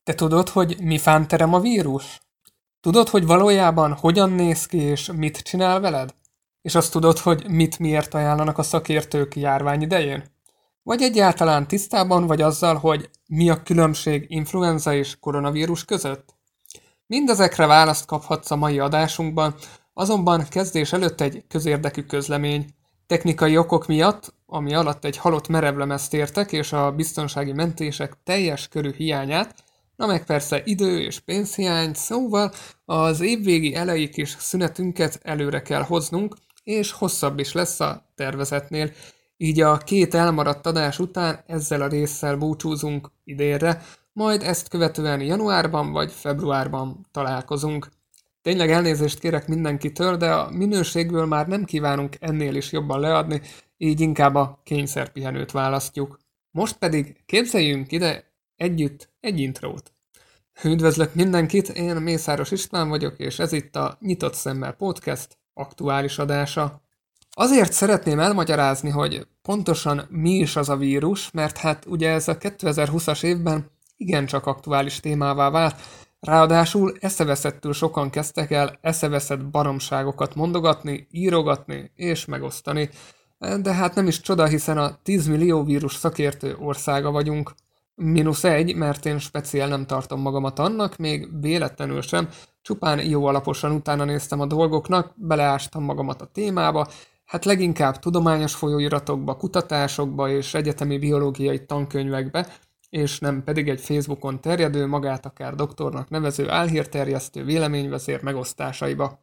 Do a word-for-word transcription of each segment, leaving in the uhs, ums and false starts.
Te tudod, hogy mi fánterem a vírus? Tudod, hogy valójában hogyan néz ki és mit csinál veled? És azt tudod, hogy mit miért ajánlanak a szakértők járvány idején? Vagy egyáltalán tisztában vagy azzal, hogy mi a különbség influenza és koronavírus között? Mindezekre választ kaphatsz a mai adásunkban, azonban kezdés előtt egy közérdekű közlemény. Technikai okok miatt, ami alatt egy halott merevlemezt értek és a biztonsági mentések teljes körű hiányát, na meg persze idő és pénzhiány, szóval az évvégi elejé kis szünetünket előre kell hoznunk, és hosszabb is lesz a tervezetnél. Így a két elmaradt adás után ezzel a résszel búcsúzunk idénre, majd ezt követően januárban vagy februárban találkozunk. Tényleg elnézést kérek mindenkitől, de a minőségből már nem kívánunk ennél is jobban leadni, így inkább a kényszerpihenőt választjuk. Most pedig képzeljünk ide együtt egy intrót. Üdvözlök mindenkit, én Mészáros István vagyok, és ez itt a Nyitott Szemmel Podcast aktuális adása. Azért szeretném elmagyarázni, hogy pontosan mi is az a vírus, mert hát ugye ez a kétezer-húszas évben igencsak aktuális témává vált, ráadásul eszeveszettül sokan kezdtek el eszeveszett baromságokat mondogatni, írogatni és megosztani. De hát nem is csoda, hiszen a tíz millió vírus szakértő országa vagyunk. Minusz egy, mert én speciál nem tartom magamat annak, még véletlenül sem, csupán jó alaposan utána néztem a dolgoknak, beleástam magamat a témába, hát leginkább tudományos folyóiratokba, kutatásokba és egyetemi biológiai tankönyvekbe, és nem pedig egy Facebookon terjedő, magát akár doktornak nevező álhírterjesztő véleményvezér megosztásaiba.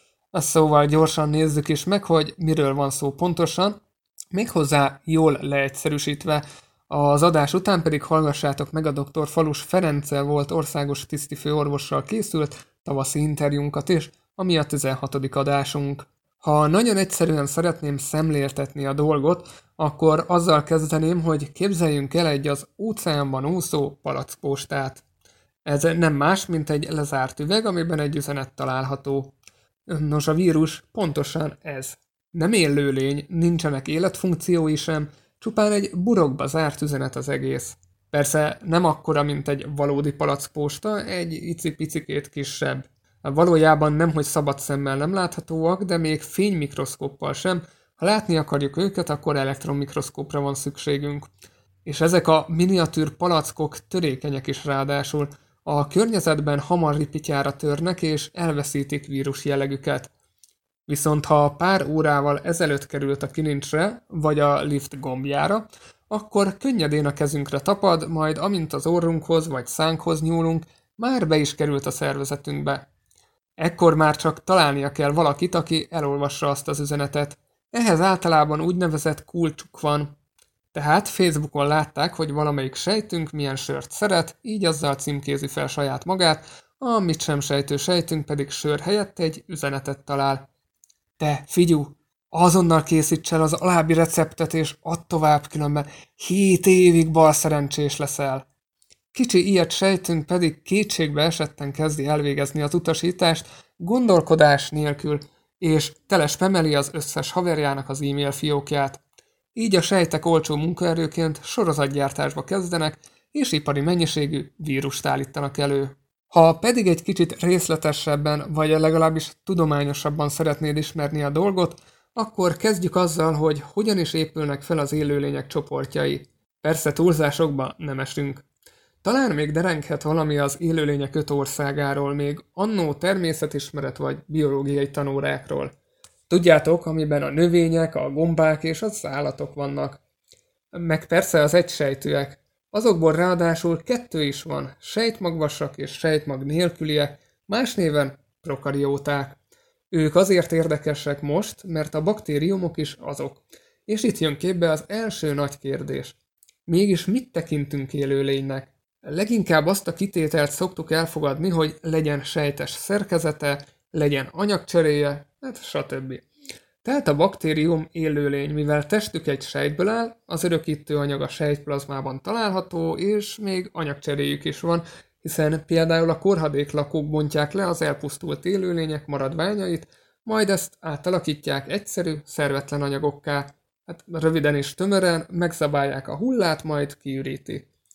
Szóval gyorsan nézzük is meg, hogy miről van szó pontosan, méghozzá jól leegyszerűsítve. Az adás után pedig hallgassátok meg a doktor Falus Ferenccel volt országos tisztifőorvossal készült tavaszi interjúnkat is, ami a tizenhatodik adásunk. Ha nagyon egyszerűen szeretném szemléltetni a dolgot, akkor azzal kezdeném, hogy képzeljünk el egy az óceánban úszó palackpostát. Ez nem más, mint egy lezárt üveg, amiben egy üzenet található. Nos, a vírus pontosan ez. Nem élőlény, nincsenek életfunkciói sem, csupán egy burokba zárt üzenet az egész. Persze nem akkora, mint egy valódi palackposta, egy icipicikét kisebb. Valójában nemhogy szabad szemmel nem láthatóak, de még fénymikroszkóppal sem. Ha látni akarjuk őket, akkor elektronmikroszkópra van szükségünk. És ezek a miniatűr palackok törékenyek is ráadásul. A környezetben hamar ripityára törnek és elveszítik vírus jellegüket. Viszont ha pár órával ezelőtt került a kilincsre, vagy a lift gombjára, akkor könnyedén a kezünkre tapad, majd amint az orrunkhoz vagy szánkhoz nyúlunk, már be is került a szervezetünkbe. Ekkor már csak találnia kell valakit, aki elolvassa azt az üzenetet. Ehhez általában úgynevezett kulcsuk van. Tehát Facebookon látták, hogy valamelyik sejtünk milyen sört szeret, így azzal címkézi fel saját magát, a mit sem sejtő sejtünk pedig sör helyett egy üzenetet talál. Te, figyú, azonnal készíts el az alábbi receptet és add tovább, különben hét évig balszerencsés leszel. Kicsi ilyet sejtünk pedig kétségbe esetten kezdi elvégezni az utasítást, gondolkodás nélkül, és telespemeli az összes haverjának az e-mail fiókját. Így a sejtek olcsó munkaerőként sorozatgyártásba kezdenek, és ipari mennyiségű vírust állítanak elő. Ha pedig egy kicsit részletesebben, vagy legalábbis tudományosabban szeretnéd ismerni a dolgot, akkor kezdjük azzal, hogy hogyan is épülnek fel az élőlények csoportjai. Persze túlzásokba nem esünk. Talán még derenghet valami az élőlények öt országáról, még annó természetismeret vagy biológiai tanórákról. Tudjátok, amiben a növények, a gombák és az állatok vannak. Meg persze az egysejtűek. Azokból ráadásul kettő is van, sejtmagvasak és sejtmag nélküliek, más néven prokarióták. Ők azért érdekesek most, mert a baktériumok is azok. És itt jön képbe az első nagy kérdés. Mégis mit tekintünk élőlénynek? Leginkább azt a kitételt szoktuk elfogadni, hogy legyen sejtes szerkezete, legyen anyagcseréje, hát stb. Tehát a baktérium élőlény, mivel testük egy sejtből áll, az örökítő anyag a sejtplazmában található, és még anyagcseréjük is van, hiszen például a korhadéklakók bontják le az elpusztult élőlények maradványait, majd ezt átalakítják egyszerű, szervetlen anyagokká. Hát röviden és tömören megzabálják a hullát, majd kiüríti.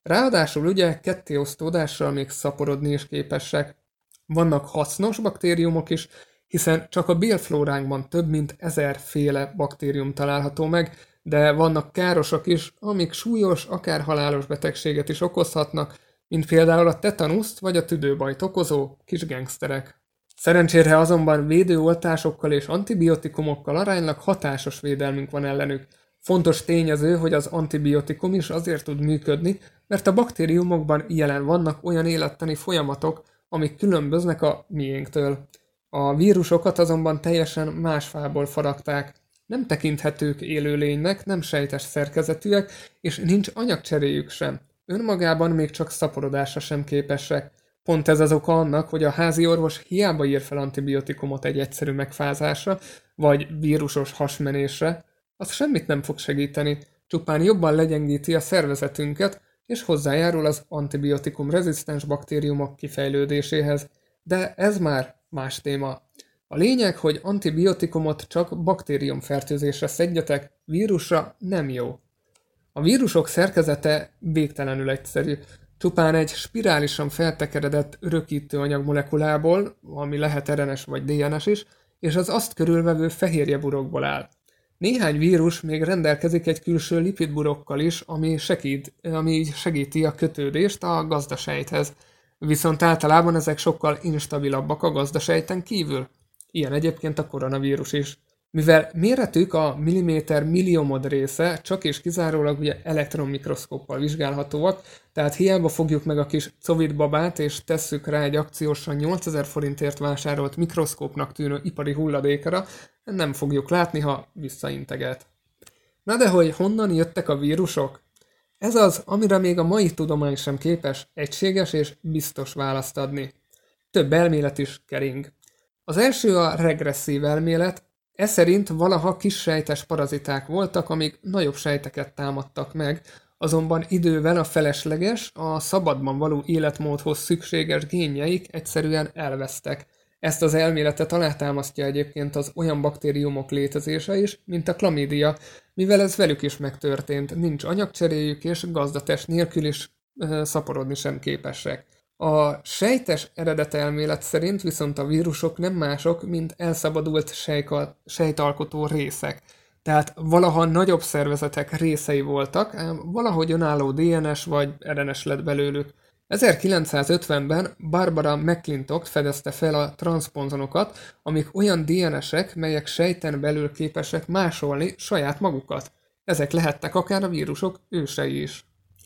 Ráadásul ugye kettéosztódással még szaporodni is képesek. Vannak hasznos baktériumok is, hiszen csak a bélflóránkban több mint ezerféle baktérium található meg, de vannak károsak is, amik súlyos, akár halálos betegséget is okozhatnak, mint például a tetanuszt vagy a tüdőbajt okozó kis gengszterek. Szerencsére azonban védőoltásokkal és antibiotikumokkal aránylag hatásos védelmünk van ellenük. Fontos tényező, hogy az antibiotikum is azért tud működni, mert a baktériumokban jelen vannak olyan élettani folyamatok, amik különböznek a miénktől. A vírusokat azonban teljesen más fából faragták. Nem tekinthetők élőlénynek, nem sejtes szerkezetűek, és nincs anyagcseréjük sem. Önmagában még csak szaporodásra sem képesek. Pont ez az oka annak, hogy a házi orvos hiába ír fel antibiotikumot egy egyszerű megfázásra, vagy vírusos hasmenésre, az semmit nem fog segíteni, csupán jobban legyengíti a szervezetünket, és hozzájárul az antibiotikum rezisztens baktériumok kifejlődéséhez. De ez már más téma. A lényeg, hogy antibiotikumot csak baktériumfertőzésre szedjetek, vírusra nem jó. A vírusok szerkezete végtelenül egyszerű. Csupán egy spirálisan feltekeredett örökítőanyag molekulából, ami lehet er en es vagy dé en es is, és az azt körülvevő fehérjeburokból áll. Néhány vírus még rendelkezik egy külső lipidburokkal is, ami, segít, ami segíti a kötődést a gazdasejthez. Viszont általában ezek sokkal instabilabbak a gazdasejten kívül. Ilyen egyébként a koronavírus is. Mivel méretük a milliméter milliomod része csak és kizárólag ugye elektronmikroszkóppal vizsgálhatóak, tehát hiába fogjuk meg a kis Covid babát és tesszük rá egy akciósan nyolcezer forintért vásárolt mikroszkópnak tűnő ipari hulladékra, nem fogjuk látni, ha visszainteget. Na de hogy honnan jöttek a vírusok? Ez az, amire még a mai tudomány sem képes egységes és biztos választ adni. Több elmélet is kering. Az első a regresszív elmélet. Ez szerint valaha kis sejtes paraziták voltak, amik nagyobb sejteket támadtak meg, azonban idővel a felesleges, a szabadban való életmódhoz szükséges génjeik egyszerűen elvesztek. Ezt az elméletet alátámasztja egyébként az olyan baktériumok létezése is, mint a klamídia, mivel ez velük is megtörtént, nincs anyagcseréjük és gazdatest nélkül is ö, szaporodni sem képesek. A sejtes eredetelmélet szerint viszont a vírusok nem mások, mint elszabadult sejka, sejtalkotó részek. Tehát valaha nagyobb szervezetek részei voltak, ám valahogy önálló dé en es vagy er en es lett belőlük. ezerkilencszázötvenben Barbara McClintock fedezte fel a transzponzonokat, amik olyan dé en esek, melyek sejten belül képesek másolni saját magukat. Ezek lehettek akár a vírusok ősei is.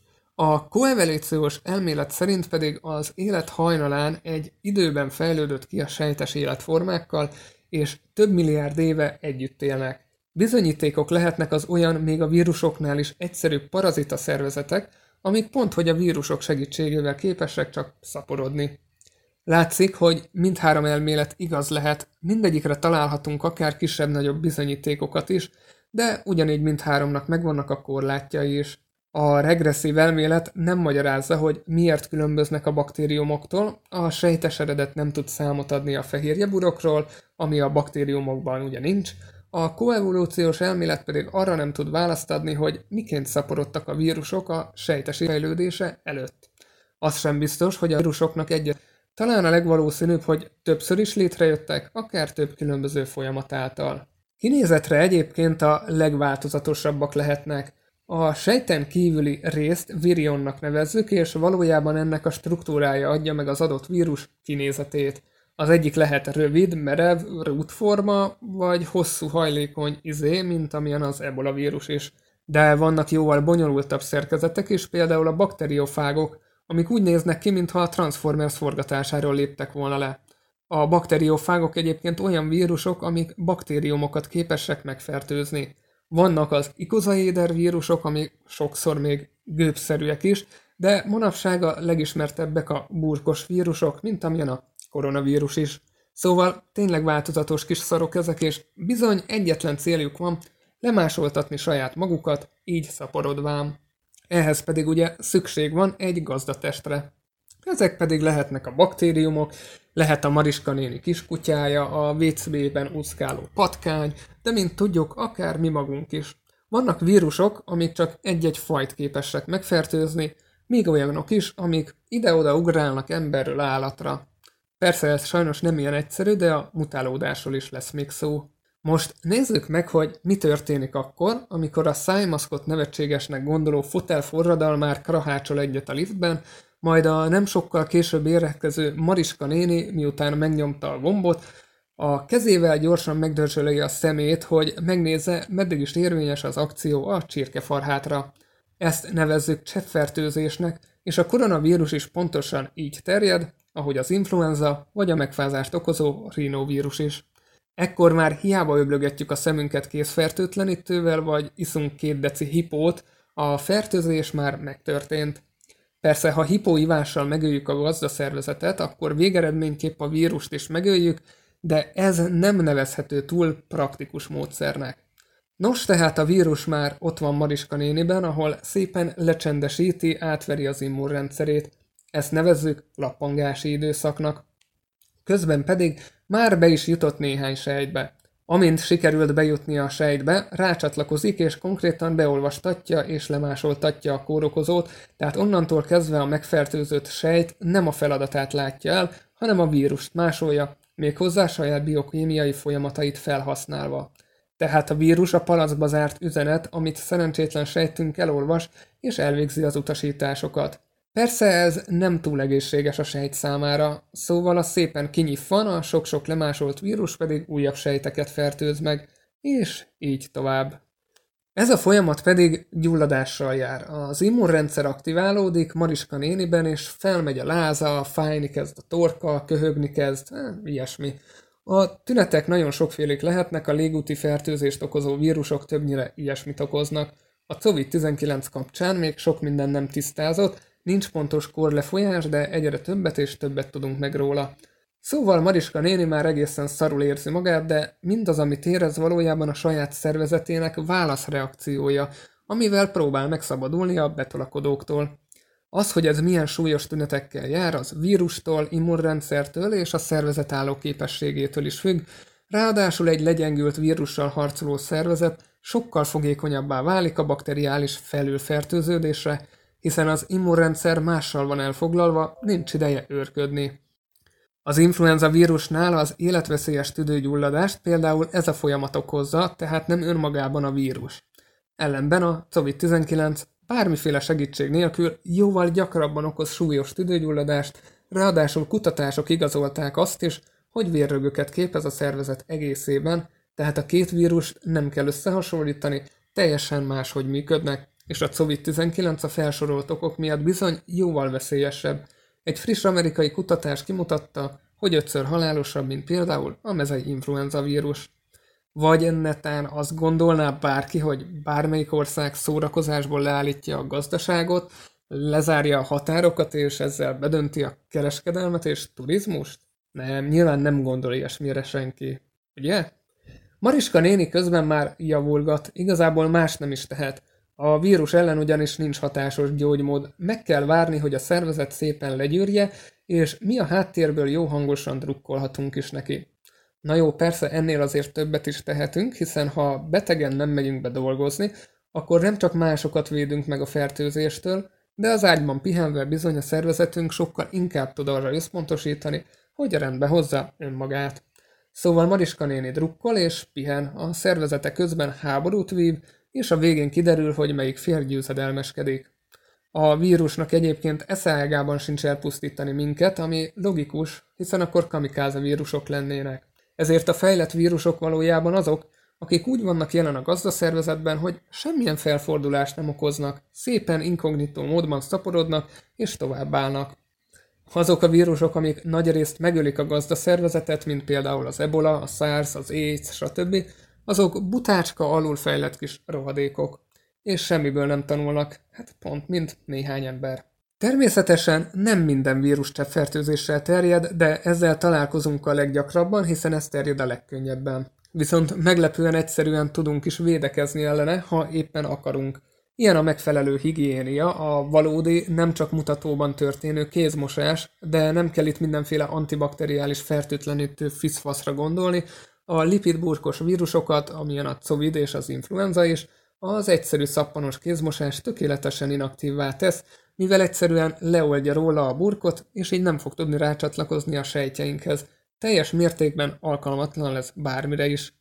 A koevolúciós elmélet szerint pedig az élet hajnalán egy időben fejlődött ki a sejtes életformákkal, és több milliárd éve együtt élnek. Bizonyítékok lehetnek az olyan még a vírusoknál is egyszerűbb parazita szervezetek, amik pont hogy a vírusok segítségével képesek csak szaporodni. Látszik, hogy mindhárom elmélet igaz lehet, mindegyikre találhatunk akár kisebb-nagyobb bizonyítékokat is, de ugyanígy mindháromnak megvannak a korlátjai is. A regresszív elmélet nem magyarázza, hogy miért különböznek a baktériumoktól, a sejtes eredet nem tud számot adni a fehérjeburokról, ami a baktériumokban ugye nincs, a koevolúciós elmélet pedig arra nem tud választ adni, hogy miként szaporodtak a vírusok a sejtes fejlődése előtt. Az sem biztos, hogy a vírusoknak egyet. Talán a legvalószínűbb, hogy többször is létrejöttek, akár több különböző folyamat által. Kinézetre egyébként a legváltozatosabbak lehetnek. A sejten kívüli részt virionnak nevezzük, és valójában ennek a struktúrája adja meg az adott vírus kinézetét. Az egyik lehet rövid, merev, rútforma, vagy hosszú hajlékony izé, mint amilyen az ebola vírus is. De vannak jóval bonyolultabb szerkezetek is, például a bakteriofágok, amik úgy néznek ki, mintha a Transformers forgatásáról léptek volna le. A bakteriofágok egyébként olyan vírusok, amik baktériumokat képesek megfertőzni. Vannak az ikozaéder vírusok, amik sokszor még gőbszerűek is, de manapság a legismertebbek a burkos vírusok, mint amilyen a koronavírus is. Szóval tényleg változatos kis szarok ezek, és bizony egyetlen céljuk van, lemásoltatni saját magukat, így szaporodván. Ehhez pedig ugye szükség van egy gazdatestre. Ezek pedig lehetnek a baktériumok, lehet a Mariska néni kiskutyája, a vé cé bé-ben úszkáló patkány, de mint tudjuk, akár mi magunk is. Vannak vírusok, amik csak egy-egy fajt képesek megfertőzni, még olyanok is, amik ide-oda ugrálnak emberről állatra. Persze ez sajnos nem ilyen egyszerű, de a mutálódásról is lesz még szó. Most nézzük meg, hogy mi történik akkor, amikor a szájmaszkot nevetségesnek gondoló fotel forradalmár krahácsol egyet a liftben, majd a nem sokkal később érkező Mariska néni, miután megnyomta a gombot, a kezével gyorsan megdörzsöli a szemét, hogy megnézze, meddig is érvényes az akció a csirkefarhátra. Ezt nevezzük cseppfertőzésnek, és a koronavírus is pontosan így terjed, ahogy az influenza vagy a megfázást okozó rinóvírus is. Ekkor már hiába öblögetjük a szemünket kézfertőtlenítővel, vagy iszunk két deci hipót, a fertőzés már megtörtént. Persze, ha hipóivással megöljük a gazdaszervezetet, akkor végeredményképp a vírust is megöljük, de ez nem nevezhető túl praktikus módszernek. Nos, tehát a vírus már ott van Mariska néniben, ahol szépen lecsendesíti, átveri az immunrendszerét. Ezt nevezzük lappangási időszaknak. Közben pedig már be is jutott néhány sejtbe. Amint sikerült bejutni a sejtbe, rácsatlakozik és konkrétan beolvastatja és lemásoltatja a kórokozót, tehát onnantól kezdve a megfertőzött sejt nem a feladatát látja el, hanem a vírust másolja, méghozzá saját biokémiai folyamatait felhasználva. Tehát a vírus a palackba zárt üzenet, amit szerencsétlen sejtünk elolvas, és elvégzi az utasításokat. Persze ez nem túl egészséges a sejt számára, szóval az szépen kinyitvan, a sok-sok lemásolt vírus pedig újabb sejteket fertőz meg, és így tovább. Ez a folyamat pedig gyulladással jár. Az immunrendszer aktiválódik Mariska néniben, és felmegy a láza, fájni kezd a torka, köhögni kezd, eh, ilyesmi. A tünetek nagyon sokfélék lehetnek, a légúti fertőzést okozó vírusok többnyire ilyesmit okoznak. A covid tizenkilenc kapcsán még sok minden nem tisztázott, nincs pontos korlefolyás, de egyre többet és többet tudunk meg róla. Szóval Mariska néni már egészen szarul érzi magát, de mindaz, amit érez, valójában a saját szervezetének válaszreakciója, amivel próbál megszabadulni a betolakodóktól. Az, hogy ez milyen súlyos tünetekkel jár, az vírustól, immunrendszertől és a szervezet álló képességétől is függ, ráadásul egy legyengült vírussal harcoló szervezet sokkal fogékonyabbá válik a bakteriális felülfertőződésre, hiszen az immunrendszer mással van elfoglalva, nincs ideje őrködni. Az influenza vírusnál az életveszélyes tüdőgyulladást például ez a folyamat okozza, tehát nem önmagában a vírus. Ellenben a covid tizenkilenc bármiféle segítség nélkül jóval gyakrabban okoz súlyos tüdőgyulladást, ráadásul kutatások igazolták azt is, hogy vérrögöket képez a szervezet egészében, tehát a két vírust nem kell összehasonlítani, teljesen máshogy működnek, és a covid tizenkilenc a felsorolt okok miatt bizony jóval veszélyesebb. Egy friss amerikai kutatás kimutatta, hogy ötször halálosabb, mint például a mezei influenza vírus. Vagy netán azt gondolná bárki, hogy bármelyik ország szórakozásból leállítja a gazdaságot, lezárja a határokat, és ezzel bedönti a kereskedelmet és turizmust? Nem, nyilván nem gondol ilyesmire senki. Ugye? Mariska néni közben már javulgat, igazából más nem is tehet. A vírus ellen ugyanis nincs hatásos gyógymód, meg kell várni, hogy a szervezet szépen legyűrje, és mi a háttérből jó hangosan drukkolhatunk is neki. Na jó, persze ennél azért többet is tehetünk, hiszen ha betegen nem megyünk be dolgozni, akkor nem csak másokat védünk meg a fertőzéstől, de az ágyban pihenve bizony a szervezetünk sokkal inkább tud arra összpontosítani, hogy rendbe hozza önmagát. Szóval Mariska néni drukkol és pihen, a szervezete közben háborút vív, és a végén kiderül, hogy melyik fél győzedelmeskedik. A vírusnak egyébként eszágában sincs elpusztítani minket, ami logikus, hiszen akkor kamikáze vírusok lennének. Ezért a fejlett vírusok valójában azok, akik úgy vannak jelen a gazdaszervezetben, hogy semmilyen felfordulást nem okoznak, szépen inkognitó módban szaporodnak és továbbállnak. Azok a vírusok, amik nagyrészt megölik a gazdaszervezetet, mint például az ebola, a SARS, az AIDS, stb., azok butácska alulfejlett kis rohadékok, és semmiből nem tanulnak, hát pont mint néhány ember. Természetesen nem minden vírus cseppfertőzéssel terjed, de ezzel találkozunk a leggyakrabban, hiszen ez terjed a legkönnyebben. Viszont meglepően egyszerűen tudunk is védekezni ellene, ha éppen akarunk. Ilyen a megfelelő higiénia, a valódi, nem csak mutatóban történő kézmosás, de nem kell itt mindenféle antibakteriális fertőtlenítő fiszfaszra gondolni, a lipidburkos vírusokat, amilyen a Covid és az influenza is, az egyszerű szappanos kézmosás tökéletesen inaktívvá tesz, mivel egyszerűen leoldja róla a burkot, és így nem fog tudni rácsatlakozni a sejtjeinkhez. Teljes mértékben alkalmatlan lesz bármire is.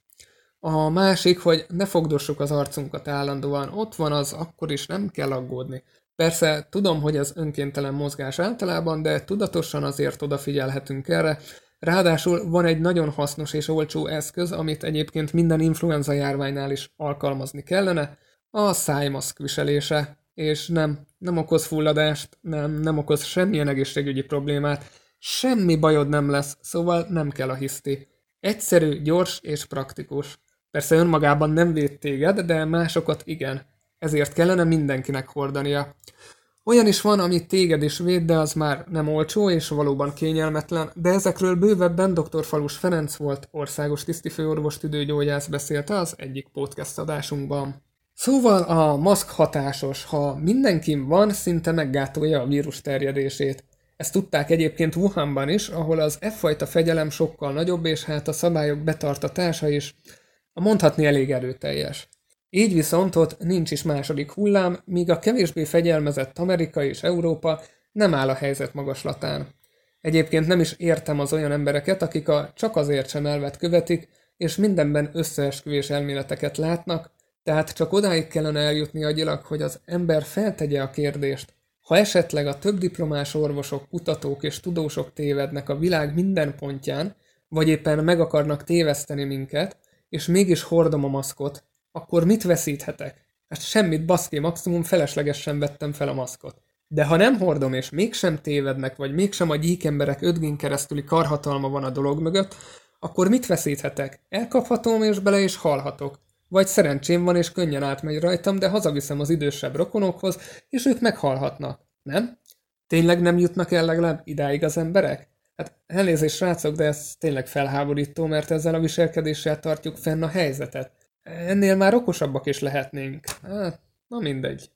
A másik, hogy ne fogdossuk az arcunkat állandóan, ott van az, akkor is nem kell aggódni. Persze tudom, hogy ez önkéntelen mozgás általában, de tudatosan azért odafigyelhetünk erre. Ráadásul van egy nagyon hasznos és olcsó eszköz, amit egyébként minden influenza járványnál is alkalmazni kellene, a szájmaszk viselése, és nem, nem okoz fulladást, nem, nem okoz semmilyen egészségügyi problémát, semmi bajod nem lesz, szóval nem kell a hiszti. Egyszerű, gyors és praktikus. Persze önmagában nem véd téged, de másokat igen. Ezért kellene mindenkinek hordania. Olyan is van, ami téged is véd, de az már nem olcsó és valóban kényelmetlen, de ezekről bővebben dr. Falus Ferenc volt, országos tisztifőorvos tüdőgyógyász beszélte az egyik podcast adásunkban. Szóval a maszk hatásos, ha mindenkin van, szinte meggátolja a vírus terjedését. Ezt tudták egyébként Wuhanban is, ahol az e-fajta fegyelem sokkal nagyobb, és hát a szabályok betartatása is mondhatni elég erőteljes. Így viszont ott nincs is második hullám, míg a kevésbé fegyelmezett Amerika és Európa nem áll a helyzet magaslatán. Egyébként nem is értem az olyan embereket, akik a csak azért sem elvet követik, és mindenben összeesküvés elméleteket látnak, tehát csak odáig kellene eljutni agyilag, hogy az ember feltegye a kérdést. Ha esetleg a több diplomás orvosok, kutatók és tudósok tévednek a világ minden pontján, vagy éppen meg akarnak téveszteni minket, és mégis hordom a maszkot, akkor mit veszíthetek? Hát semmit, baszki, maximum feleslegesen vettem fel a maszkot. De ha nem hordom, és mégsem tévednek, vagy mégsem a gyík emberek öt gén keresztüli karhatalma van a dolog mögött, akkor mit veszíthetek? Elkaphatom, és bele is halhatok. Vagy szerencsém van, és könnyen átmegy rajtam, de hazaviszem az idősebb rokonokhoz, és ők meghalhatnak. Nem? Tényleg nem jutnak el legalább idáig az emberek? Hát elnézést, srácok, de ez tényleg felháborító, mert ezzel a viselkedéssel tartjuk fenn a helyzetet. Ennél már okosabbak is lehetnénk. Hát, na mindegy.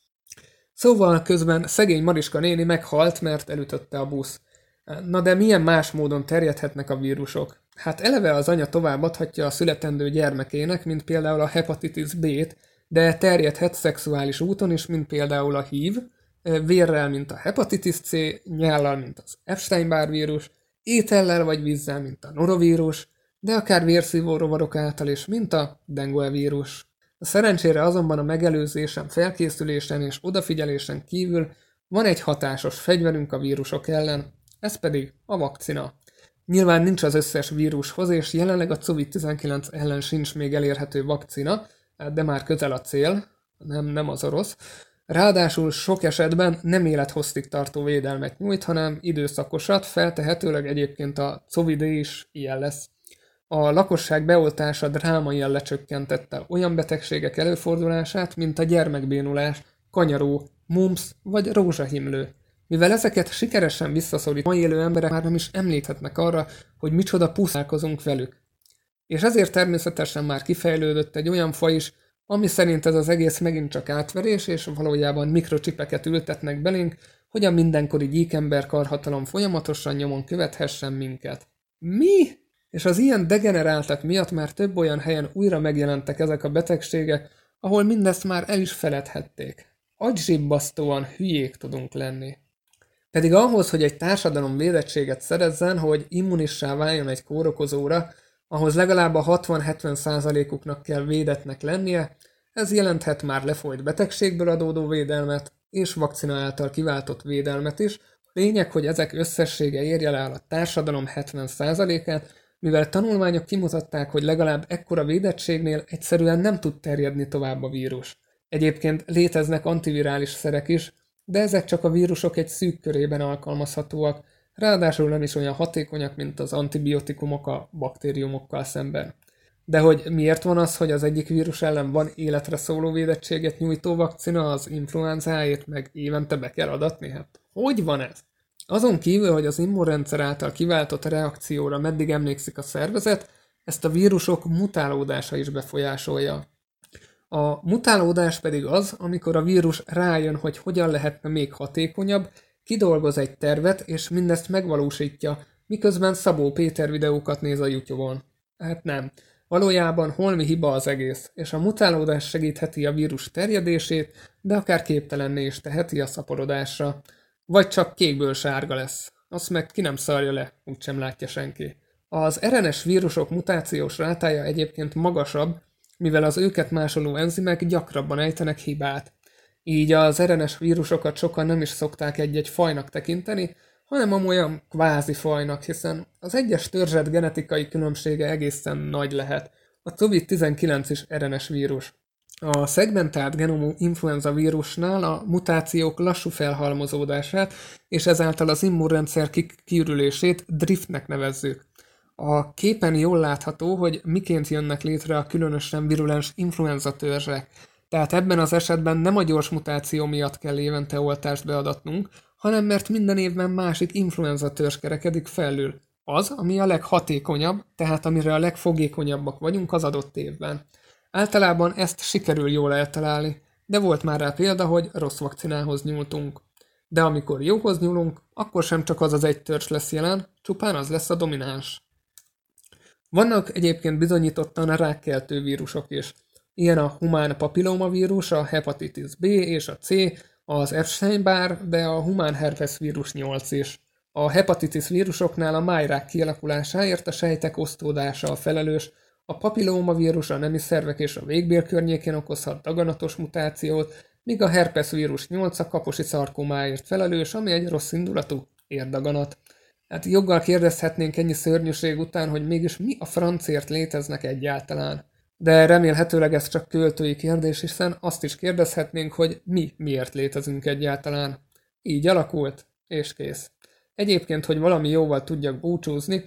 Szóval közben szegény Mariska néni meghalt, mert elütötte a busz. Na de milyen más módon terjedhetnek a vírusok? Hát eleve az anya továbbadhatja a születendő gyermekének, mint például a hepatitis B-t, de terjedhet szexuális úton is, mint például a hív, vérrel, mint a hepatitis C, nyállal, mint az Epstein-Barr vírus, étellel vagy vízzel, mint a norovírus, de akár vérszívó rovarok által is, mint a dengue vírus. A szerencsére azonban a megelőzésen, felkészülésen és odafigyelésen kívül van egy hatásos fegyverünk a vírusok ellen, ez pedig a vakcina. Nyilván nincs az összes vírushoz, és jelenleg a covid tizenkilenc ellen sincs még elérhető vakcina, de már közel a cél, nem, nem az orosz. Ráadásul sok esetben nem élethosszig tartó védelmet nyújt, hanem időszakosat, feltehetőleg egyébként a Covid is ilyen lesz. A lakosság beoltása drámaian lecsökkentette olyan betegségek előfordulását, mint a gyermekbénulás, kanyaró, mumps vagy rózsahimlő. Mivel ezeket sikeresen visszaszorít, mai élő emberek már nem is emlékhetnek arra, hogy micsoda puszálkozunk velük. És ezért természetesen már kifejlődött egy olyan faj is, ami szerint ez az egész megint csak átverés, és valójában mikrocsipeket ültetnek belénk, hogy a mindenkori gyíkember karhatalom folyamatosan nyomon követhessen minket. Mi? És az ilyen degeneráltak miatt már több olyan helyen újra megjelentek ezek a betegségek, ahol mindezt már el is feledhették. Agyzsibbasztóan hülyék tudunk lenni. Pedig ahhoz, hogy egy társadalom védettséget szerezzen, hogy immunissá váljon egy kórokozóra, ahhoz legalább a hatvan-hetven százalékuknak kell védettnek lennie, ez jelenthet már lefolyt betegségből adódó védelmet, és vakcina által kiváltott védelmet is. Lényeg, hogy ezek összessége érje el a társadalom hetven százalékát, mivel tanulmányok kimutatták, hogy legalább ekkora védettségnél egyszerűen nem tud terjedni tovább a vírus. Egyébként léteznek antivirális szerek is, de ezek csak a vírusok egy szűk körében alkalmazhatóak, ráadásul nem is olyan hatékonyak, mint az antibiotikumok a baktériumokkal szemben. De hogy miért van az, hogy az egyik vírus ellen van életre szóló védettséget nyújtó vakcina, az influenzáért meg évente be kell adatni? Hát hogy van ez? Azon kívül, hogy az immunrendszer által kiváltott reakcióra meddig emlékszik a szervezet, ezt a vírusok mutálódása is befolyásolja. A mutálódás pedig az, amikor a vírus rájön, hogy hogyan lehetne még hatékonyabb, kidolgoz egy tervet, és mindezt megvalósítja, miközben Szabó Péter videókat néz a YouTube-on. Hát nem. Valójában holmi hiba az egész, és a mutálódás segítheti a vírus terjedését, de akár képtelenné is teheti a szaporodásra. Vagy csak kékből sárga lesz. Azt meg ki nem szarja le, úgysem látja senki. Az er en es vírusok mutációs rátája egyébként magasabb, mivel az őket másoló enzimek gyakrabban ejtenek hibát. Így az er en es vírusokat sokan nem is szokták egy-egy fajnak tekinteni, hanem amolyan kvázi fajnak, hiszen az egyes törzsek genetikai különbsége egészen nagy lehet. A covid tizenkilenc is er en es vírus. A szegmentált genomú influenza vírusnál a mutációk lassú felhalmozódását és ezáltal az immunrendszer kiürülését driftnek nevezzük. A képen jól látható, hogy miként jönnek létre a különösen virulens influenza törzsek, tehát ebben az esetben nem a gyors mutáció miatt kell évente oltást beadatnunk, hanem mert minden évben másik influenza törzs kerekedik felül. Az, ami a leghatékonyabb, tehát amire a legfogékonyabbak vagyunk az adott évben. Általában ezt sikerül jól eltalálni, de volt már rá példa, hogy rossz vakcinához nyúltunk. De amikor jóhoz nyúlunk, akkor sem csak az az egy törzs lesz jelen, csupán az lesz a domináns. Vannak egyébként bizonyítottan a rákkeltő vírusok is. Ilyen a humán papillomavírus, a hepatitis B és a C, az Epstein-Barr, de a humán herpes vírus nyolc is. A hepatitis vírusoknál a májrák kialakulásáért a sejtek osztódása a felelős, a papillomavírus a nemi szervek és a végbél környékén okozhat daganatos mutációt, míg a herpes vírus nyolc a kaposi szarkómáért felelős, ami egy rossz indulatú érdaganat. Hát joggal kérdezhetnénk ennyi szörnyűség után, hogy mégis mi a francért léteznek egyáltalán. De remélhetőleg ez csak költői kérdés, hiszen azt is kérdezhetnénk, hogy mi miért létezünk egyáltalán. Így alakult, és kész. Egyébként, hogy valami jóval tudjak búcsúzni,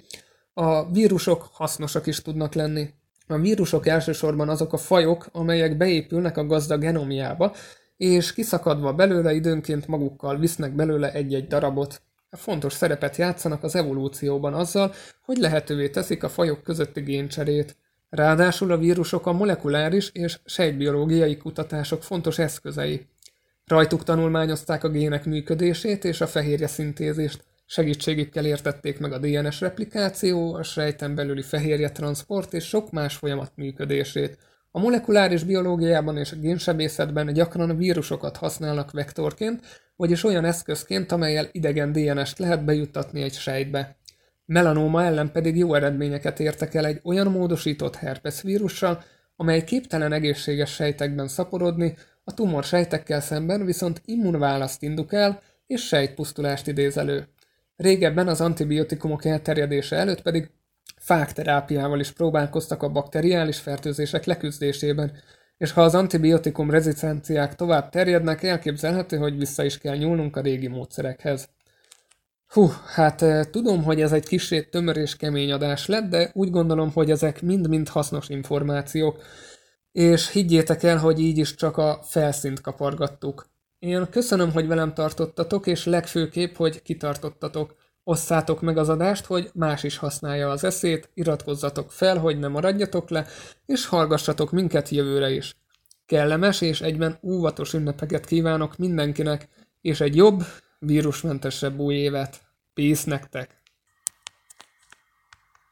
a vírusok hasznosak is tudnak lenni. A vírusok elsősorban azok a fajok, amelyek beépülnek a gazda genomjába, és kiszakadva belőle időnként magukkal visznek belőle egy-egy darabot. Fontos szerepet játszanak az evolúcióban azzal, hogy lehetővé teszik a fajok közötti géncserét. Ráadásul a vírusok a molekuláris és sejtbiológiai kutatások fontos eszközei. Rajtuk tanulmányozták a gének működését és a fehérje szintézist, segítségükkel értették meg a dé en es replikáció, a sejten belüli fehérje transport és sok más folyamat működését. A molekuláris biológiában és a génsebészetben gyakran vírusokat használnak vektorként, vagyis olyan eszközként, amellyel idegen dé en est lehet bejuttatni egy sejtbe. Melanóma ellen pedig jó eredményeket értek el egy olyan módosított herpes vírussal, amely képtelen egészséges sejtekben szaporodni, a tumor sejtekkel szemben viszont immunválaszt indukál és sejtpusztulást idéz elő. Régebben az antibiotikumok elterjedése előtt pedig fákterápiával is próbálkoztak a bakteriális fertőzések leküzdésében, és ha az antibiotikum rezisztenciák tovább terjednek, elképzelhető, hogy vissza is kell nyúlnunk a régi módszerekhez. Hú, hát tudom, hogy ez egy kissé tömör és kemény adás lett, de úgy gondolom, hogy ezek mind-mind hasznos információk, és higgyétek el, hogy így is csak a felszínt kapargattuk. Én köszönöm, hogy velem tartottatok, és legfőképp, hogy kitartottatok. Osszátok meg az adást, hogy más is használja az eszét, iratkozzatok fel, hogy ne maradjatok le, és hallgassatok minket jövőre is. Kellemes és egyben óvatos ünnepeket kívánok mindenkinek, és egy jobb, vírusmentesebb új évet. Peace nektek!